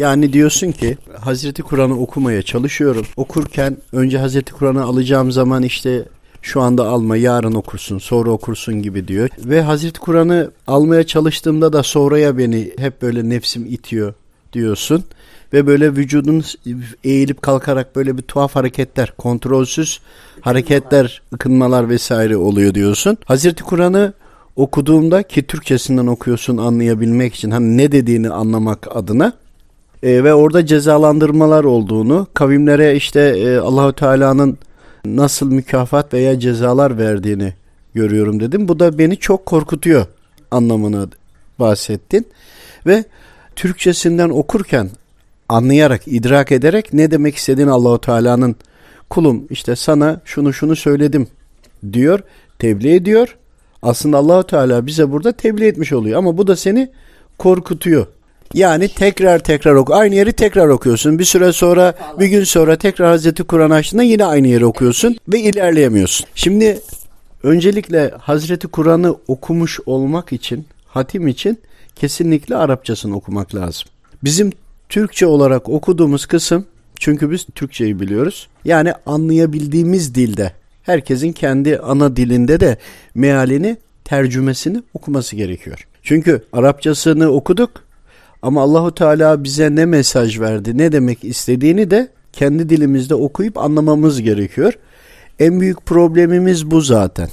Yani diyorsun ki Hazreti Kur'an'ı okumaya çalışıyorum. Okurken önce Hazreti Kur'an'ı alacağım zaman işte şu anda alma, yarın okursun, sonra okursun gibi diyor. Ve Hazreti Kur'an'ı almaya çalıştığımda da sonraya beni hep böyle nefsim itiyor diyorsun. Ve böyle vücudun eğilip kalkarak böyle bir tuhaf hareketler, kontrolsüz hareketler, ıkınmalar vesaire oluyor diyorsun. Hazreti Kur'an'ı okuduğumda, ki Türkçesinden okuyorsun anlayabilmek için, hani ne dediğini anlamak adına, ve orada cezalandırmalar olduğunu, kavimlere işte Allahu Teala'nın nasıl mükafat veya cezalar verdiğini görüyorum dedim. Bu da beni çok korkutuyor anlamını bahsettin. Ve Türkçesinden okurken anlayarak, idrak ederek ne demek istediğini Allahu Teala'nın, kulum işte sana şunu söyledim diyor, tebliğ ediyor. Aslında Allahu Teala bize burada tebliğ etmiş oluyor ama bu da seni korkutuyor. Yani tekrar oku. Aynı yeri tekrar okuyorsun. Bir süre sonra, bir gün sonra tekrar Hazreti Kur'an açtığında yine aynı yeri okuyorsun ve ilerleyemiyorsun. Şimdi öncelikle Hazreti Kur'an'ı okumuş olmak için, hatim için kesinlikle Arapçasını okumak lazım. Bizim Türkçe olarak okuduğumuz kısım, çünkü biz Türkçeyi biliyoruz. Yani anlayabildiğimiz dilde, herkesin kendi ana dilinde de mealini, tercümesini okuması gerekiyor. Çünkü Arapçasını okuduk ama Allahu Teala bize ne mesaj verdi, ne demek istediğini de kendi dilimizde okuyup anlamamız gerekiyor. En büyük problemimiz bu zaten.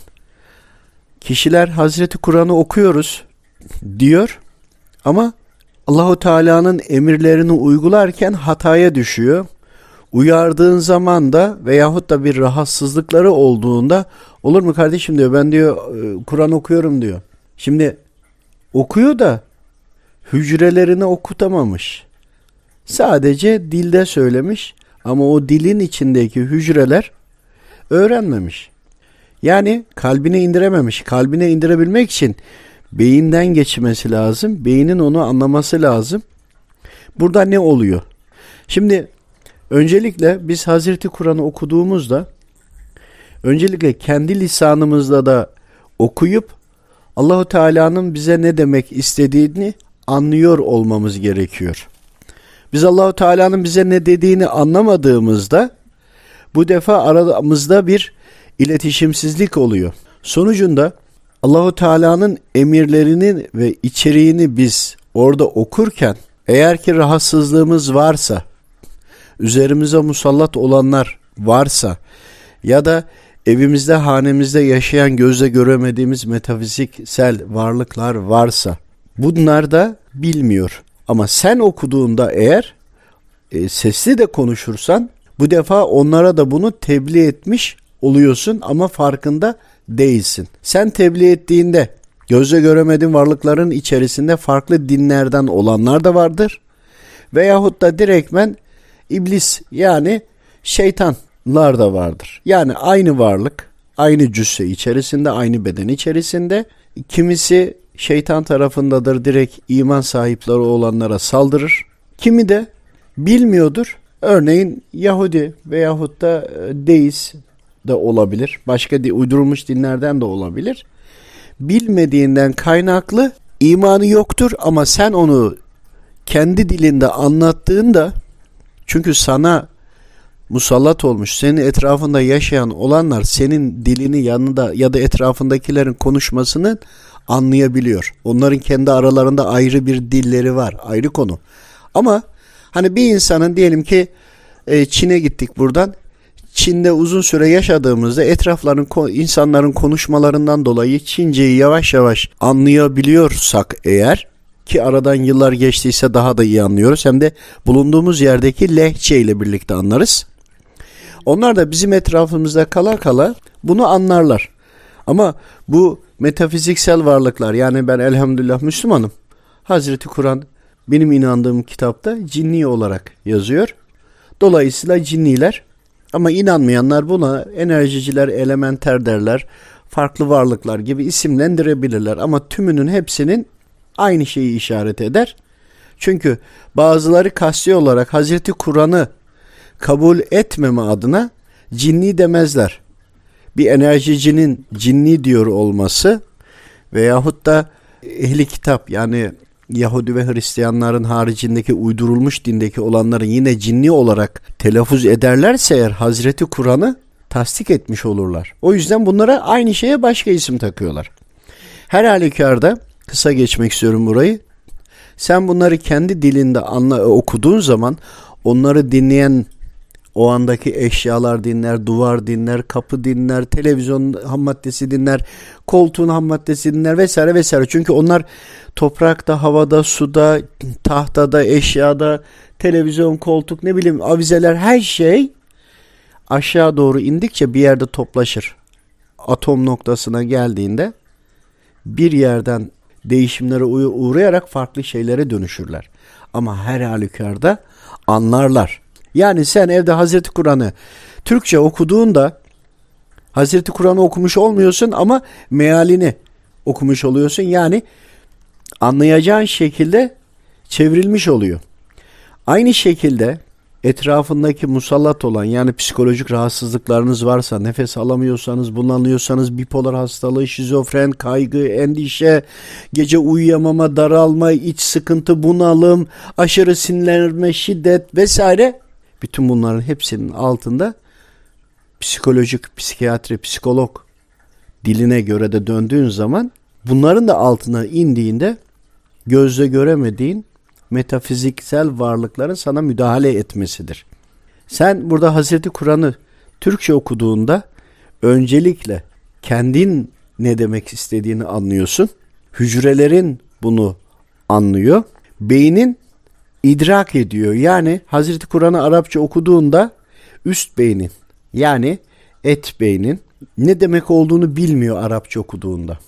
Kişiler Hazreti Kur'an'ı okuyoruz diyor ama Allahu Teala'nın emirlerini uygularken hataya düşüyor. Uyardığın zaman da veyahut da bir rahatsızlıkları olduğunda, olur mu kardeşim diyor, ben diyor Kur'an okuyorum diyor. Şimdi okuyor da hücrelerini okutamamış. Sadece dilde söylemiş ama o dilin içindeki hücreler öğrenmemiş. Yani kalbine indirememiş. Kalbine indirebilmek için beyinden geçmesi lazım. Beynin onu anlaması lazım. Burada ne oluyor? Şimdi öncelikle biz Hazreti Kur'an'ı okuduğumuzda öncelikle kendi lisanımızla da okuyup Allahu Teala'nın bize ne demek istediğini anlıyor olmamız gerekiyor. Biz Allahu Teala'nın bize ne dediğini anlamadığımızda bu defa aramızda bir iletişimsizlik oluyor. Sonucunda Allahu Teala'nın emirlerini ve içeriğini biz orada okurken eğer ki rahatsızlığımız varsa, üzerimize musallat olanlar varsa ya da evimizde, hanemizde yaşayan gözle göremediğimiz metafiziksel varlıklar varsa bunlar da bilmiyor. Ama sen okuduğunda eğer sesli de konuşursan bu defa onlara da bunu tebliğ etmiş oluyorsun ama farkında değilsin. Sen tebliğ ettiğinde gözle göremediğin varlıkların içerisinde farklı dinlerden olanlar da vardır. Veyahut da direktmen iblis, yani şeytanlar da vardır. Yani aynı varlık, aynı cüsse içerisinde, aynı beden içerisinde. Kimisi şeytan tarafındadır, direkt iman sahipleri olanlara saldırır. Kimi de bilmiyordur. Örneğin Yahudi veyahut da deist de olabilir. Başka uydurulmuş dinlerden de olabilir. Bilmediğinden kaynaklı imanı yoktur ama sen onu kendi dilinde anlattığında, çünkü sana musallat olmuş, senin etrafında yaşayan olanlar senin dilini yanında ya da etrafındakilerin konuşmasını anlayabiliyor. Onların kendi aralarında ayrı bir dilleri var, ayrı konu. Ama hani bir insanın, diyelim ki Çin'e gittik buradan. Çin'de uzun süre yaşadığımızda insanların konuşmalarından dolayı Çince'yi yavaş yavaş anlayabiliyorsak eğer, ki aradan yıllar geçtiyse daha da iyi anlıyoruz, hem de bulunduğumuz yerdeki lehçe ile birlikte anlarız. Onlar da bizim etrafımızda kala kala bunu anlarlar. Ama bu metafiziksel varlıklar, yani ben elhamdülillah Müslümanım. Hazreti Kur'an benim inandığım kitapta cinni olarak yazıyor. Dolayısıyla cinniler, ama inanmayanlar buna enerjiciler, elementer derler, farklı varlıklar gibi isimlendirebilirler. Ama tümünün hepsinin aynı şeyi işaret eder. Çünkü bazıları kasti olarak Hazreti Kur'an'ı kabul etmeme adına cinni demezler. Bir enerjicinin cinni diyor olması veyahut da ehli kitap, yani Yahudi ve Hristiyanların haricindeki uydurulmuş dindeki olanları yine cinni olarak telaffuz ederlerse eğer Hazreti Kur'an'ı tasdik etmiş olurlar. O yüzden bunlara aynı şeye başka isim takıyorlar. Her halükarda kısa geçmek istiyorum burayı. Sen bunları kendi dilinde okuduğun zaman onları dinleyen o andaki eşyalar dinler, duvar dinler, kapı dinler, televizyon ham maddesi dinler, koltuğun ham maddesi dinler vesaire vesaire. Çünkü onlar toprakta, havada, suda, tahtada, eşyada, televizyon, koltuk, ne bileyim avizeler, her şey aşağı doğru indikçe bir yerde toplaşır. Atom noktasına geldiğinde bir yerden değişimlere uğrayarak farklı şeylere dönüşürler. Ama her halükarda anlarlar. Yani sen evde Hazreti Kur'an'ı Türkçe okuduğunda Hazreti Kur'an'ı okumuş olmuyorsun ama mealini okumuş oluyorsun. Yani anlayacağın şekilde çevrilmiş oluyor. Aynı şekilde etrafındaki musallat olan, yani psikolojik rahatsızlıklarınız varsa, nefes alamıyorsanız, bunalıyorsanız, bipolar hastalığı, şizofren, kaygı, endişe, gece uyuyamama, daralma, iç sıkıntı, bunalım, aşırı sinirlenme, şiddet vesaire, bütün bunların hepsinin altında psikolojik, psikiyatri, psikolog diline göre de döndüğün zaman bunların da altına indiğinde gözle göremediğin metafiziksel varlıkların sana müdahale etmesidir. Sen burada Hazreti Kur'an'ı Türkçe okuduğunda öncelikle kendin ne demek istediğini anlıyorsun. Hücrelerin bunu anlıyor. Beynin idrak ediyor. Yani Hazreti Kur'an'ı Arapça okuduğunda üst beynin, yani et beynin ne demek olduğunu bilmiyor Arapça okuduğunda.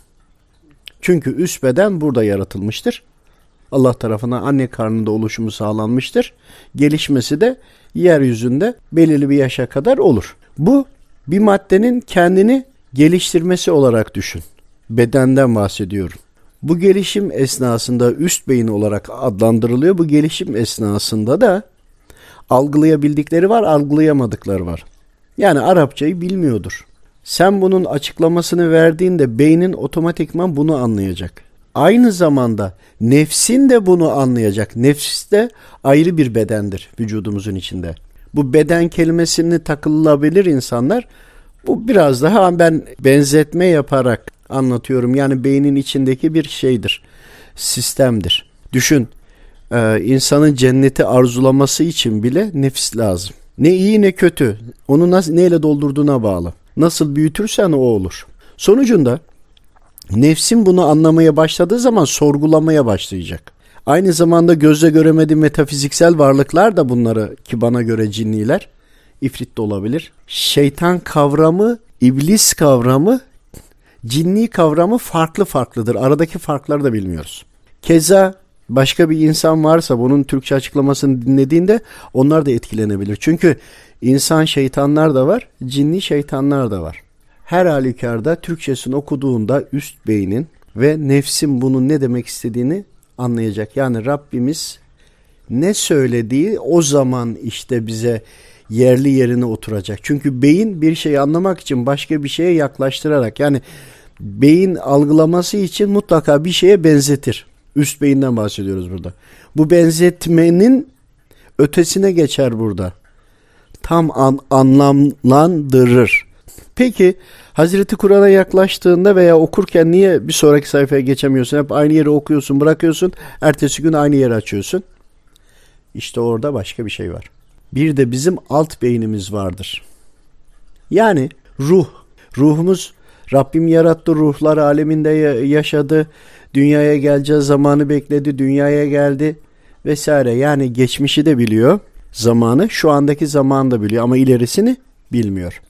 Çünkü üst beden burada yaratılmıştır. Allah tarafından anne karnında oluşumu sağlanmıştır. Gelişmesi de yeryüzünde belirli bir yaşa kadar olur. Bu bir maddenin kendini geliştirmesi olarak düşün. Bedenden bahsediyorum. Bu gelişim esnasında üst beyin olarak adlandırılıyor. Bu gelişim esnasında da algılayabildikleri var, algılayamadıkları var. Yani Arapçayı bilmiyordur. Sen bunun açıklamasını verdiğinde beynin otomatikman bunu anlayacak. Aynı zamanda nefsin de bunu anlayacak. Nefs de ayrı bir bedendir vücudumuzun içinde. Bu beden kelimesini takılabilir insanlar. Bu biraz daha ben benzetme yaparak anlatıyorum. Yani beynin içindeki bir şeydir, sistemdir. Düşün, insanın cenneti arzulaması için bile nefis lazım. Ne iyi ne kötü, onu neyle doldurduğuna bağlı. Nasıl büyütürsen o olur. Sonucunda nefsin bunu anlamaya başladığı zaman sorgulamaya başlayacak. Aynı zamanda gözle göremediği metafiziksel varlıklar da bunları, ki bana göre cinniler, ifrit de olabilir. Şeytan kavramı, iblis kavramı, cinni kavramı farklıdır. Aradaki farkları da bilmiyoruz. Keza başka bir insan varsa bunun Türkçe açıklamasını dinlediğinde onlar da etkilenebilir. Çünkü insan şeytanlar da var, cinni şeytanlar da var. Her halükarda Türkçesini okuduğunda üst beynin ve nefsin bunun ne demek istediğini anlayacak. Yani Rabbimiz ne söylediği o zaman işte bize yerli yerine oturacak. Çünkü beyin bir şeyi anlamak için başka bir şeye yaklaştırarak, yani beyin algılaması için mutlaka bir şeye benzetir. Üst beyinden bahsediyoruz burada. Bu benzetmenin ötesine geçer burada. Tam anlamlandırır. Peki Hazreti Kur'an'a yaklaştığında veya okurken niye bir sonraki sayfaya geçemiyorsun? Hep aynı yeri okuyorsun, bırakıyorsun. Ertesi gün aynı yeri açıyorsun. İşte orada başka bir şey var. Bir de bizim alt beynimiz vardır. Yani ruh. Ruhumuz Rabbim yarattı, ruhlar aleminde yaşadı. Dünyaya geleceği zamanı bekledi, dünyaya geldi vesaire. Yani geçmişi de biliyor, zamanı, şu andaki zamanı da biliyor ama ilerisini bilmiyor.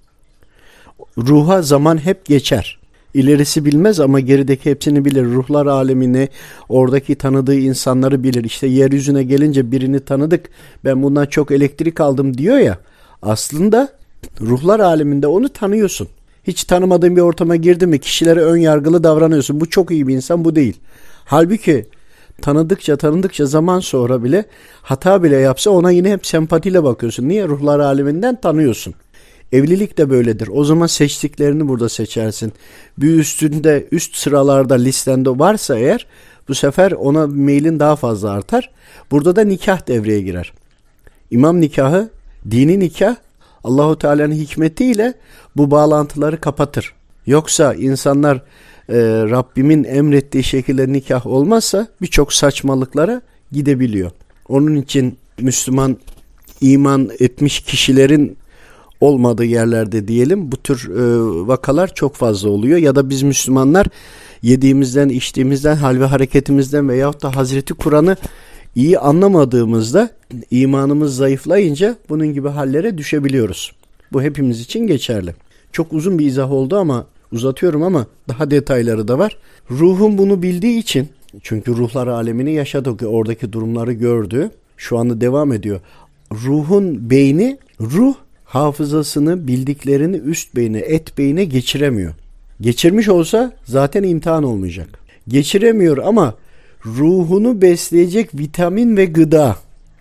Ruha zaman hep geçer. İlerisi bilmez ama gerideki hepsini bilir. Ruhlar alemini, oradaki tanıdığı insanları bilir. İşte yeryüzüne gelince birini tanıdık, ben bundan çok elektrik aldım diyor ya. Aslında ruhlar aleminde onu tanıyorsun. Hiç tanımadığın bir ortama girdin mi kişilere ön yargılı davranıyorsun. Bu çok iyi bir insan, bu değil. Halbuki tanıdıkça zaman sonra bile hata bile yapsa ona yine hep sempatiyle bakıyorsun. Niye? Ruhlar aleminden tanıyorsun. Evlilik de böyledir. O zaman seçtiklerini burada seçersin. Bir üst sıralarda listende varsa eğer Bu sefer ona meylin daha fazla artar. Burada da nikah devreye girer. İmam nikahı, dini nikah Allahu Teala'nın hikmetiyle bu bağlantıları kapatır. Yoksa insanlar Rabbimin emrettiği şekilde nikah olmazsa birçok saçmalıklara gidebiliyor. Onun için Müslüman iman etmiş kişilerin olmadığı yerlerde diyelim bu tür vakalar çok fazla oluyor. Ya da biz Müslümanlar yediğimizden, içtiğimizden, hal ve hareketimizden veyahut da Hazreti Kur'an'ı iyi anlamadığımızda imanımız zayıflayınca bunun gibi hallere düşebiliyoruz. Bu hepimiz için geçerli. Çok uzun bir izah oldu ama uzatıyorum ama daha detayları da var. Ruhun bunu bildiği için, çünkü ruhlar alemini yaşadı, oradaki durumları gördü. Şu anda devam ediyor. Ruhun beyni, ruh hafızasını, bildiklerini üst beyne, et beyine geçiremiyor. Geçirmiş olsa zaten imtihan olmayacak. Geçiremiyor ama ruhunu besleyecek vitamin ve gıda,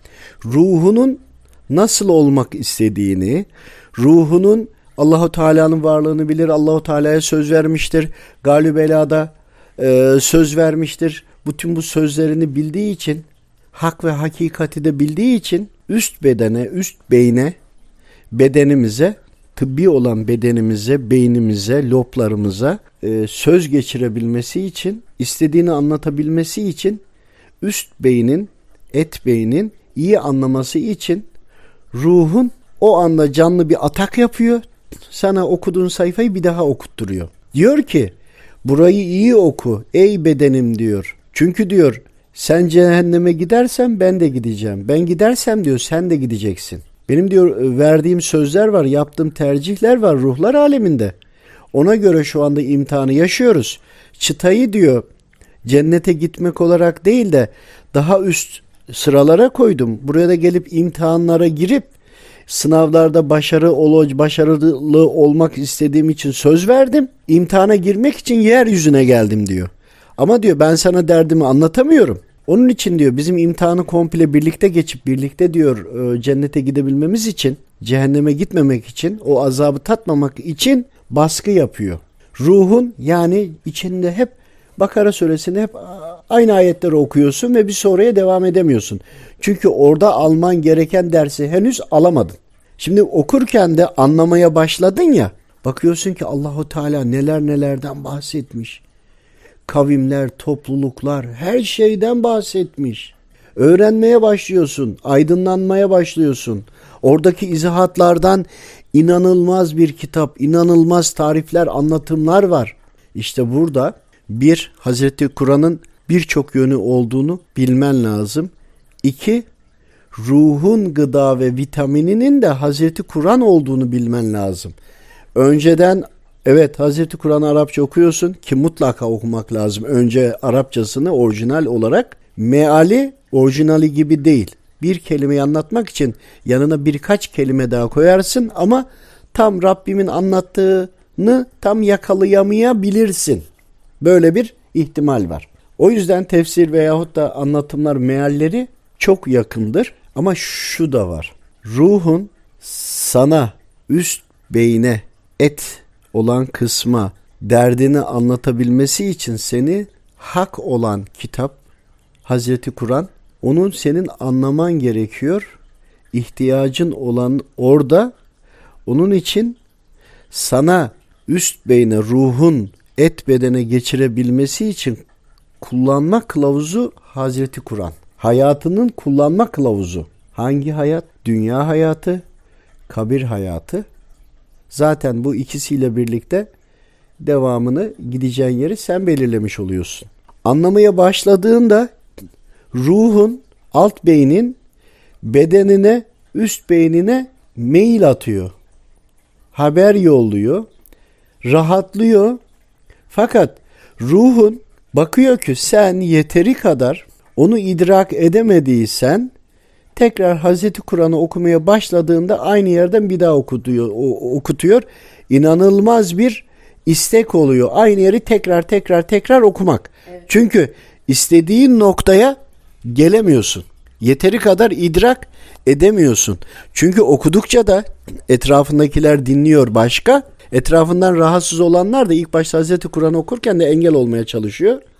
ruhunun nasıl olmak istediğini, ruhunun Allahu Teala'nın varlığını bilir. Allahu Teala'ya söz vermiştir. Galübela'da söz vermiştir. Bütün bu sözlerini bildiği için, hak ve hakikati de bildiği için üst bedene, üst beyne, bedenimize, tıbbi olan bedenimize, beynimize, loblarımıza söz geçirebilmesi için, istediğini anlatabilmesi için üst beynin, et beynin iyi anlaması için ruhun o anda canlı bir atak yapıyor. Sana okuduğun sayfayı bir daha okutturuyor. Diyor ki burayı iyi oku ey bedenim diyor. Çünkü diyor sen cehenneme gidersen ben de gideceğim. Ben gidersem diyor sen de gideceksin. Benim diyor verdiğim sözler var, yaptığım tercihler var ruhlar aleminde. Ona göre şu anda imtihanı yaşıyoruz. Çıtayı diyor cennete gitmek olarak değil de daha üst sıralara koydum. Buraya da gelip imtihanlara girip sınavlarda başarılı olmak istediğim için söz verdim. İmtihana girmek için yeryüzüne geldim diyor. Ama diyor ben sana derdimi anlatamıyorum. Onun için diyor bizim imtihanı komple birlikte geçip birlikte diyor cennete gidebilmemiz için, cehenneme gitmemek için, o azabı tatmamak için baskı yapıyor. Ruhun yani içinde hep Bakara suresinde hep aynı ayetleri okuyorsun ve bir sonraya devam edemiyorsun. Çünkü orada alman gereken dersi henüz alamadın. Şimdi okurken de anlamaya başladın ya, bakıyorsun ki Allahu Teala neler nelerden bahsetmiş. Kavimler, topluluklar, her şeyden bahsetmiş. Öğrenmeye başlıyorsun, aydınlanmaya başlıyorsun. Oradaki izahatlardan inanılmaz bir kitap, inanılmaz tarifler, anlatımlar var. İşte burada bir, Hazreti Kur'an'ın birçok yönü olduğunu bilmen lazım. İki, ruhun gıda ve vitamininin de Hazreti Kur'an olduğunu bilmen lazım. Önceden evet Hazreti Kur'an'ı Arapça okuyorsun ki mutlaka okumak lazım. Önce Arapçasını orijinal olarak, meali orijinali gibi değil. Bir kelimeyi anlatmak için yanına birkaç kelime daha koyarsın ama tam Rabbimin anlattığını tam yakalayamayabilirsin. Böyle bir ihtimal var. O yüzden tefsir veyahut da anlatımlar, mealleri çok yakındır. Ama şu da var. Ruhun sana, üst beyne, et olan kısma derdini anlatabilmesi için seni hak olan kitap, Hazreti Kur'an, onun senin anlaman gerekiyor. İhtiyacın olan orada. Onun için sana üst beyne, ruhun et bedene geçirebilmesi için kullanma kılavuzu Hazreti Kur'an. Hayatının kullanma kılavuzu. Hangi hayat? Dünya hayatı, kabir hayatı. Zaten bu ikisiyle birlikte devamını, gideceğin yeri sen belirlemiş oluyorsun. Anlamaya başladığında ruhun, alt beynin bedenine, üst beynine mail atıyor. Haber yolluyor. Rahatlıyor. Fakat ruhun bakıyor ki sen yeteri kadar onu idrak edemediysen tekrar Hazreti Kur'an'ı okumaya başladığında aynı yerden bir daha okutuyor. İnanılmaz bir istek oluyor. Aynı yeri tekrar okumak. Evet. Çünkü istediğin noktaya gelemiyorsun. Yeteri kadar idrak edemiyorsun. Çünkü okudukça da etrafındakiler dinliyor başka. Etrafından rahatsız olanlar da ilk başta Hazreti Kur'an okurken de engel olmaya çalışıyor.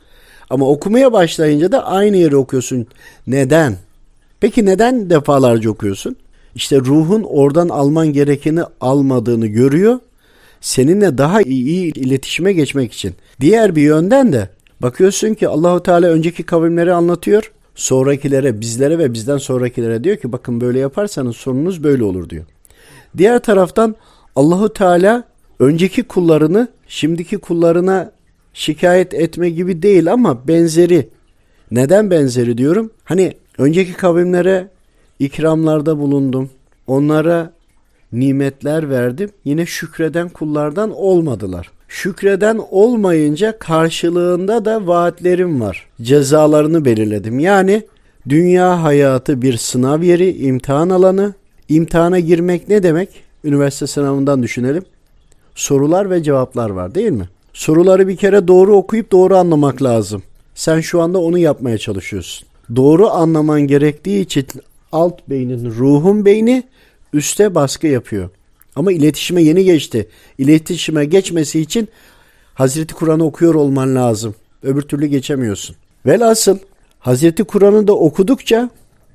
Ama okumaya başlayınca da aynı yeri okuyorsun. Neden? Peki neden defalarca okuyorsun? İşte ruhun oradan alman gerekeni almadığını görüyor. Seninle daha iyi iletişime geçmek için. Diğer bir yönden de bakıyorsun ki Allahu Teala önceki kavimleri anlatıyor. Sonrakilere, bizlere ve bizden sonrakilere diyor ki bakın böyle yaparsanız sorununuz böyle olur diyor. Diğer taraftan Allahu Teala önceki kullarını şimdiki kullarına şikayet etme gibi değil ama benzeri. Neden benzeri diyorum? Hani önceki kavimlere ikramlarda bulundum. Onlara nimetler verdim. Yine şükreden kullardan olmadılar. Şükreden olmayınca karşılığında da vaatlerim var. Cezalarını belirledim. Yani dünya hayatı bir sınav yeri, imtihan alanı. İmtihana girmek ne demek? Üniversite sınavından düşünelim. Sorular ve cevaplar var değil mi? Soruları bir kere doğru okuyup doğru anlamak lazım. Sen şu anda onu yapmaya çalışıyorsun. Doğru anlaman gerektiği için alt beynin, ruhun beyni üste baskı yapıyor. Ama iletişime yeni geçti. İletişime geçmesi için Hazreti Kur'an'ı okuyor olman lazım. Öbür türlü geçemiyorsun. Velhasıl Hazreti Kur'an'ı da okudukça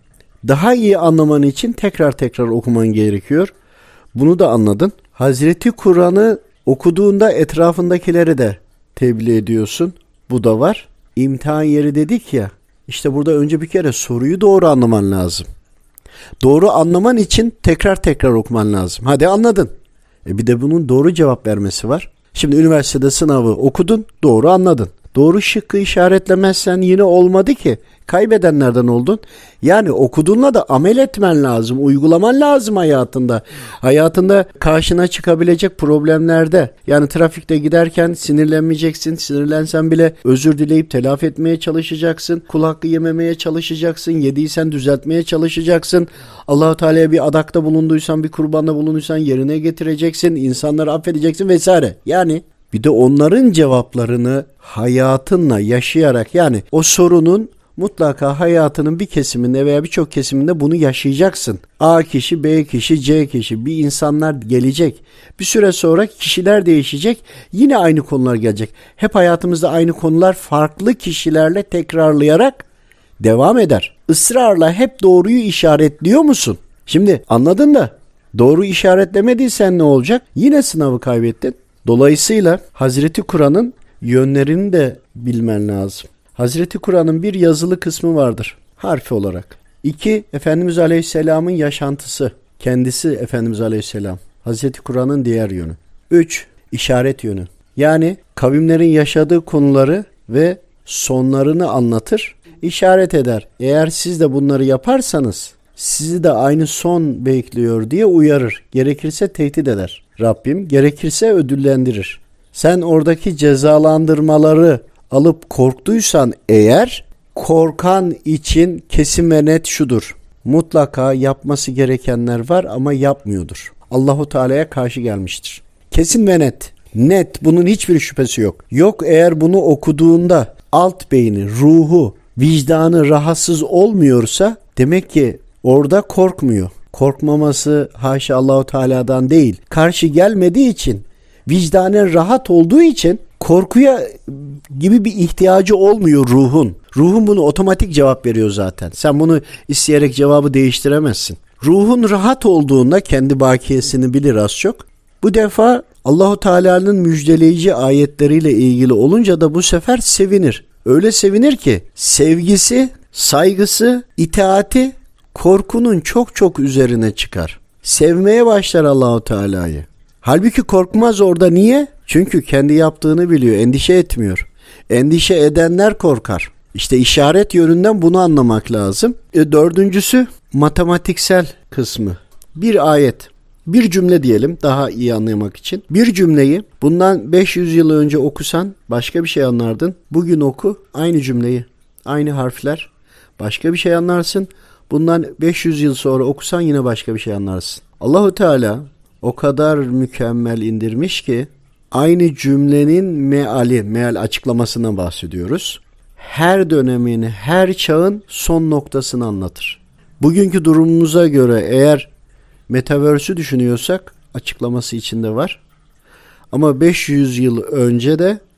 daha iyi anlaman için tekrar okuman gerekiyor. Bunu da anladın. Hazreti Kur'an'ı okuduğunda etrafındakileri de tebliğ ediyorsun. Bu da var. İmtihan yeri dedik ya. İşte burada önce bir kere soruyu doğru anlaman lazım. Doğru anlaman için tekrar okuman lazım. Hadi anladın. Bir de bunun doğru cevap vermesi var. Şimdi üniversitede sınavı okudun, doğru anladın. Doğru şıkkı işaretlemezsen yine olmadı ki. Kaybedenlerden oldun. Yani okuduğunla da amel etmen lazım, uygulaman lazım hayatında. Hayatında karşına çıkabilecek problemlerde. Yani trafikte giderken sinirlenmeyeceksin. Sinirlensen bile özür dileyip telafi etmeye çalışacaksın. Kul hakkı yememeye çalışacaksın. Yediysen düzeltmeye çalışacaksın. Allah-u Teala'ya bir adakta bulunduysan, bir kurbanda bulunduysan yerine getireceksin. İnsanları affedeceksin vesaire. Yani bir de onların cevaplarını hayatınla yaşayarak, yani o sorunun mutlaka hayatının bir kesiminde veya birçok kesiminde bunu yaşayacaksın. A kişi, B kişi, C kişi, bir insanlar gelecek. Bir süre sonra kişiler değişecek. Yine aynı konular gelecek. Hep hayatımızda aynı konular farklı kişilerle tekrarlayarak devam eder. Israrla hep doğruyu işaretliyor musun? Şimdi anladın da doğru işaretlemediysen ne olacak? Yine sınavı kaybettin. Dolayısıyla Hazreti Kur'an'ın yönlerini de bilmen lazım. Hazreti Kur'an'ın bir yazılı kısmı vardır harfi olarak. 2. Efendimiz Aleyhisselam'ın yaşantısı. Kendisi Efendimiz Aleyhisselam. Hazreti Kur'an'ın diğer yönü. 3. İşaret yönü. Yani kavimlerin yaşadığı konuları ve sonlarını anlatır, işaret eder. Eğer siz de bunları yaparsanız sizi de aynı son bekliyor diye uyarır. Gerekirse tehdit eder Rabbim. Gerekirse ödüllendirir. Sen oradaki cezalandırmaları alıp korktuysan eğer, korkan için kesin ve net şudur: mutlaka yapması gerekenler var ama yapmıyordur. Allahu Teala'ya karşı gelmiştir. Kesin ve net. Net, bunun hiçbir şüphesi yok. Yok, eğer bunu okuduğunda alt beyni, ruhu, vicdanı rahatsız olmuyorsa demek ki orada korkmuyor. Korkmaması haşa Allahu Teala'dan değil. Karşı gelmediği için, vicdanen rahat olduğu için korkuya gibi bir ihtiyacı olmuyor ruhun. Ruhun bunu otomatik cevap veriyor zaten. Sen bunu isteyerek cevabı değiştiremezsin. Ruhun rahat olduğunda kendi bakiyesini bilir az çok. Bu defa Allahu Teala'nın müjdeleyici ayetleriyle ilgili olunca da bu sefer sevinir. Öyle sevinir ki sevgisi, saygısı, itaati korkunun çok üzerine çıkar. Sevmeye başlar Allahu Teala'yı. Halbuki korkmaz orada. Niye? Çünkü kendi yaptığını biliyor, endişe etmiyor. Endişe edenler korkar. İşte işaret yönünden bunu anlamak lazım. Dördüncüsü matematiksel kısmı. Bir ayet, bir cümle diyelim daha iyi anlamak için. Bir cümleyi bundan 500 yıl önce okusan başka bir şey anlardın. Bugün oku aynı cümleyi, aynı harfler, başka bir şey anlarsın. Bundan 500 yıl sonra okusan yine başka bir şey anlarsın. Allahu Teala o kadar mükemmel indirmiş ki aynı cümlenin meal açıklamasından bahsediyoruz. Her dönemin, her çağın son noktasını anlatır. Bugünkü durumumuza göre eğer Metaverse'ü düşünüyorsak açıklaması içinde var. Ama 500 yıl önce de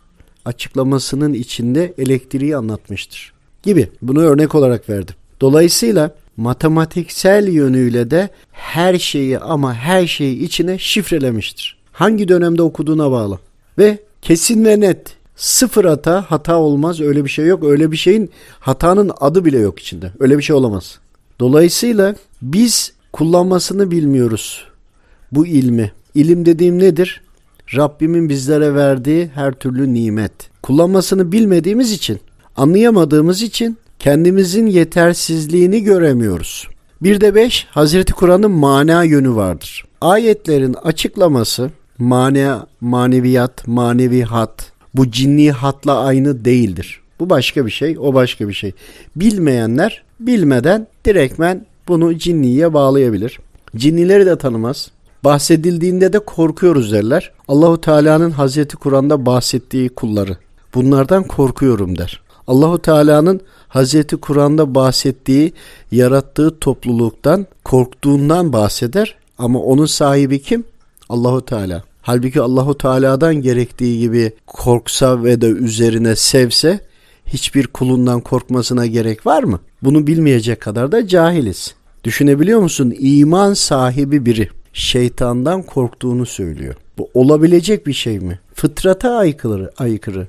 açıklamasının içinde elektriği anlatmıştır gibi. Bunu örnek olarak verdim. Dolayısıyla matematiksel yönüyle de her şeyi ama her şeyi içine şifrelemiştir. Hangi dönemde okuduğuna bağlı. Ve kesin ve net, sıfır hata olmaz, öyle bir şey yok. Öyle bir şeyin, hatanın adı bile yok içinde. Öyle bir şey olamaz. Dolayısıyla biz kullanmasını bilmiyoruz bu ilmi. İlim dediğim nedir? Rabbimin bizlere verdiği her türlü nimet. Kullanmasını bilmediğimiz için, anlayamadığımız için kendimizin yetersizliğini göremiyoruz. Bir de 5, Hazreti Kur'an'ın mana yönü vardır. Ayetlerin açıklaması, mana, maneviyat, manevi hat, bu cinni hatla aynı değildir. Bu başka bir şey, o başka bir şey. Bilmeyenler bilmeden direktmen bunu cinniye bağlayabilir. Cinnileri de tanımaz. Bahsedildiğinde de korkuyoruz derler. Allahu Teala'nın Hazreti Kur'an'da bahsettiği kulları. Bunlardan korkuyorum der. Allahu Teala'nın Hazreti Kur'an'da bahsettiği, yarattığı topluluktan, korktuğundan bahseder. Ama onun sahibi kim? Allahu Teala. Halbuki Allahu Teala'dan gerektiği gibi korksa ve de üzerine sevse, hiçbir kulundan korkmasına gerek var mı? Bunu bilmeyecek kadar da cahiliz. Düşünebiliyor musun? İman sahibi biri şeytandan korktuğunu söylüyor. Bu olabilecek bir şey mi? Fıtrata aykırı,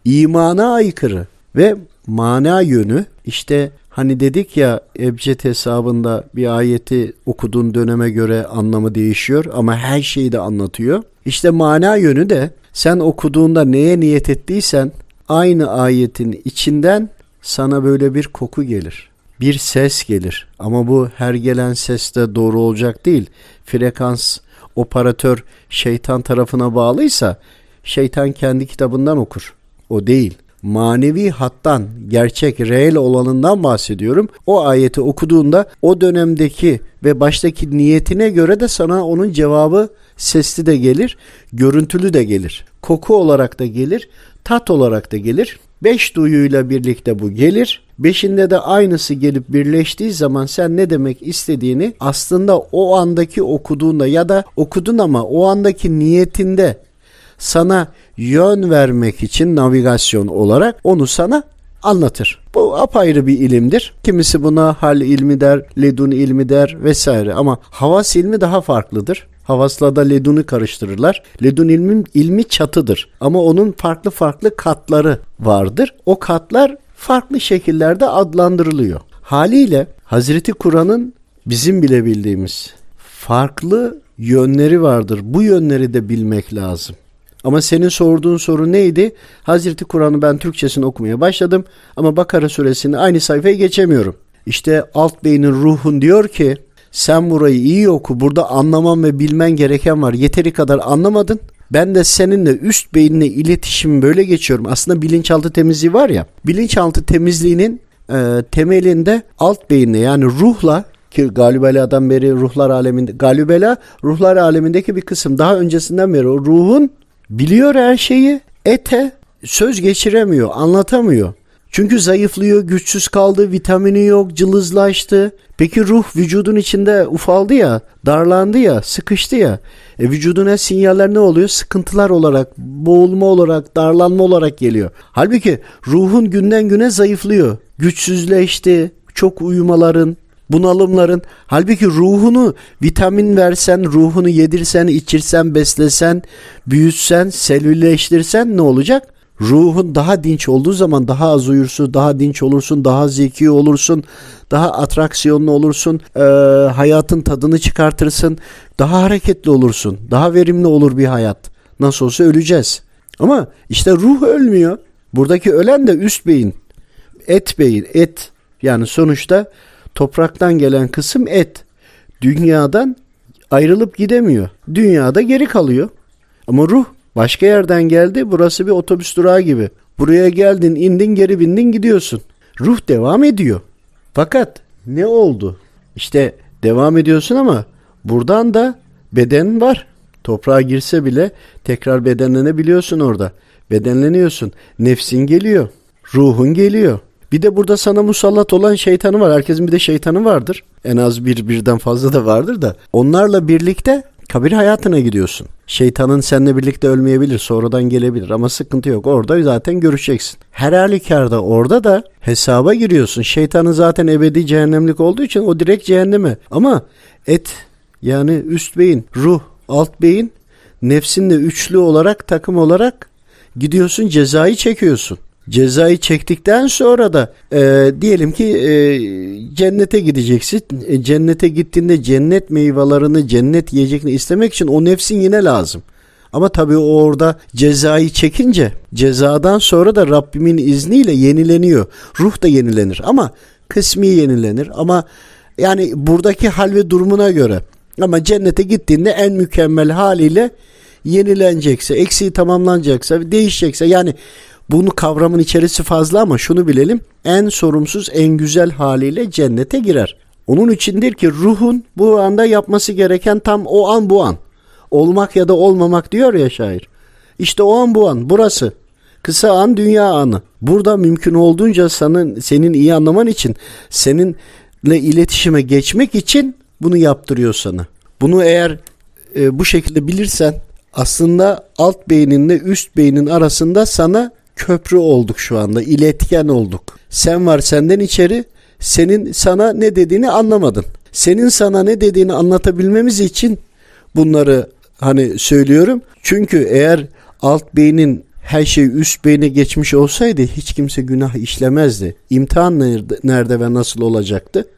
imana aykırı ve mana yönü, işte hani dedik ya, ebced hesabında bir ayeti okuduğun döneme göre anlamı değişiyor ama her şeyi de anlatıyor. İşte mana yönü de sen okuduğunda neye niyet ettiysen aynı ayetin içinden sana böyle bir koku gelir. Bir ses gelir ama bu her gelen ses de doğru olacak değil. Frekans, operatör şeytan tarafına bağlıysa şeytan kendi kitabından okur. O değil. Manevi hattan, gerçek, reel olanından bahsediyorum. O ayeti okuduğunda o dönemdeki ve baştaki niyetine göre de sana onun cevabı sesli de gelir, görüntülü de gelir. Koku olarak da gelir, tat olarak da gelir. 5 duyuyla birlikte bu gelir. 5'inde de aynısı gelip birleştiği zaman sen ne demek istediğini aslında o andaki okuduğunda ya da okudun ama o andaki niyetinde sana yön vermek için navigasyon olarak onu sana anlatır. Bu apayrı bir ilimdir. Kimisi buna hal ilmi der, ledun ilmi der vesaire ama havas ilmi daha farklıdır. Havasla da ledunu karıştırırlar. Ledun ilmi çatıdır ama onun farklı katları vardır. O katlar farklı şekillerde adlandırılıyor. Haliyle Hazreti Kur'an'ın bizim bile bildiğimiz farklı yönleri vardır. Bu yönleri de bilmek lazım. Ama senin sorduğun soru neydi? Hazreti Kur'an'ı ben Türkçesini okumaya başladım ama Bakara suresini aynı sayfaya geçemiyorum. İşte alt beynin ruhun diyor ki sen burayı iyi oku, burada anlaman ve bilmen gereken var. Yeteri kadar anlamadın. Ben de seninle üst beyinle iletişim böyle geçiyorum. Aslında bilinçaltı temizliği var ya. Bilinçaltı temizliğinin temelinde alt beyinle yani ruhla, ki Galübela'dan beri ruhlar aleminde, Galübela ruhlar alemindeki bir kısım, daha öncesinden beri o ruhun biliyor her şeyi, ete söz geçiremiyor, anlatamıyor. Çünkü zayıflıyor, güçsüz kaldı, vitamini yok, cılızlaştı. Peki ruh vücudun içinde ufaldı ya, darlandı ya, sıkıştı ya. Vücuduna sinyaller ne oluyor? Sıkıntılar olarak, boğulma olarak, darlanma olarak geliyor. Halbuki ruhun günden güne zayıflıyor. Güçsüzleşti, çok uyumaların, bunalımların. Halbuki ruhunu vitamin versen, ruhunu yedirsen, içirsen, beslesen, büyütsen, selülleştirsen ne olacak? Ruhun daha dinç olduğu zaman daha az uyursun, daha dinç olursun, daha zeki olursun, daha atraksiyonlu olursun, hayatın tadını çıkartırsın, daha hareketli olursun, daha verimli olur bir hayat. Nasıl olsa öleceğiz. Ama işte ruh ölmüyor. Buradaki ölen de üst beyin, et beyin, et. Yani sonuçta topraktan gelen kısım et. Dünyadan ayrılıp gidemiyor. Dünyada geri kalıyor. Ama ruh başka yerden geldi. Burası bir otobüs durağı gibi. Buraya geldin, indin, geri bindin, gidiyorsun. Ruh devam ediyor. Fakat ne oldu? İşte devam ediyorsun ama buradan da beden var. Toprağa girse bile tekrar bedenlenebiliyorsun orada. Bedenleniyorsun. Nefsin geliyor. Ruhun geliyor. Bir de burada sana musallat olan şeytanı var. Herkesin bir de şeytanı vardır. En az birden fazla da vardır da. Onlarla birlikte Kabir hayatına gidiyorsun. Şeytanın seninle birlikte ölmeyebilir, sonradan gelebilir ama sıkıntı yok. Orada zaten görüşeceksin. Her halükarda orada da hesaba giriyorsun. Şeytanın zaten ebedi cehennemlik olduğu için o direkt cehenneme. Ama yani üst beyin, ruh, alt beyin nefsinle üçlü olarak, takım olarak gidiyorsun, cezayı çekiyorsun. Cezayı çektikten sonra da diyelim ki cennete gideceksin. Cennete gittiğinde cennet meyvelerini, cennet yiyeceklerini istemek için o nefsin yine lazım. Ama tabii o orada cezayı çekince, cezadan sonra da Rabbimin izniyle yenileniyor. Ruh da yenilenir ama kısmi yenilenir. Ama yani buradaki hal ve durumuna göre. Ama cennete gittiğinde en mükemmel haliyle yenilenecekse, eksiği tamamlanacaksa, değişecekse, yani bunu kavramın içerisi fazla ama şunu bilelim, en sorumsuz, en güzel haliyle cennete girer. Onun içindir ki ruhun bu anda yapması gereken tam o an bu an. Olmak ya da olmamak diyor ya şair. İşte o an bu an, burası. Kısa an, dünya anı. Burada mümkün olduğunca senin iyi anlaman için, seninle iletişime geçmek için bunu yaptırıyor sana. Bunu eğer bu şekilde bilirsen, aslında alt beyninle üst beynin arasında sana köprü olduk şu anda. İletken olduk. Sen var senden içeri, senin sana ne dediğini anlamadın. Senin sana ne dediğini anlatabilmemiz için bunları söylüyorum. Çünkü eğer alt beynin her şey üst beyne geçmiş olsaydı hiç kimse günah işlemezdi. İmtihan nerede ve nasıl olacaktı?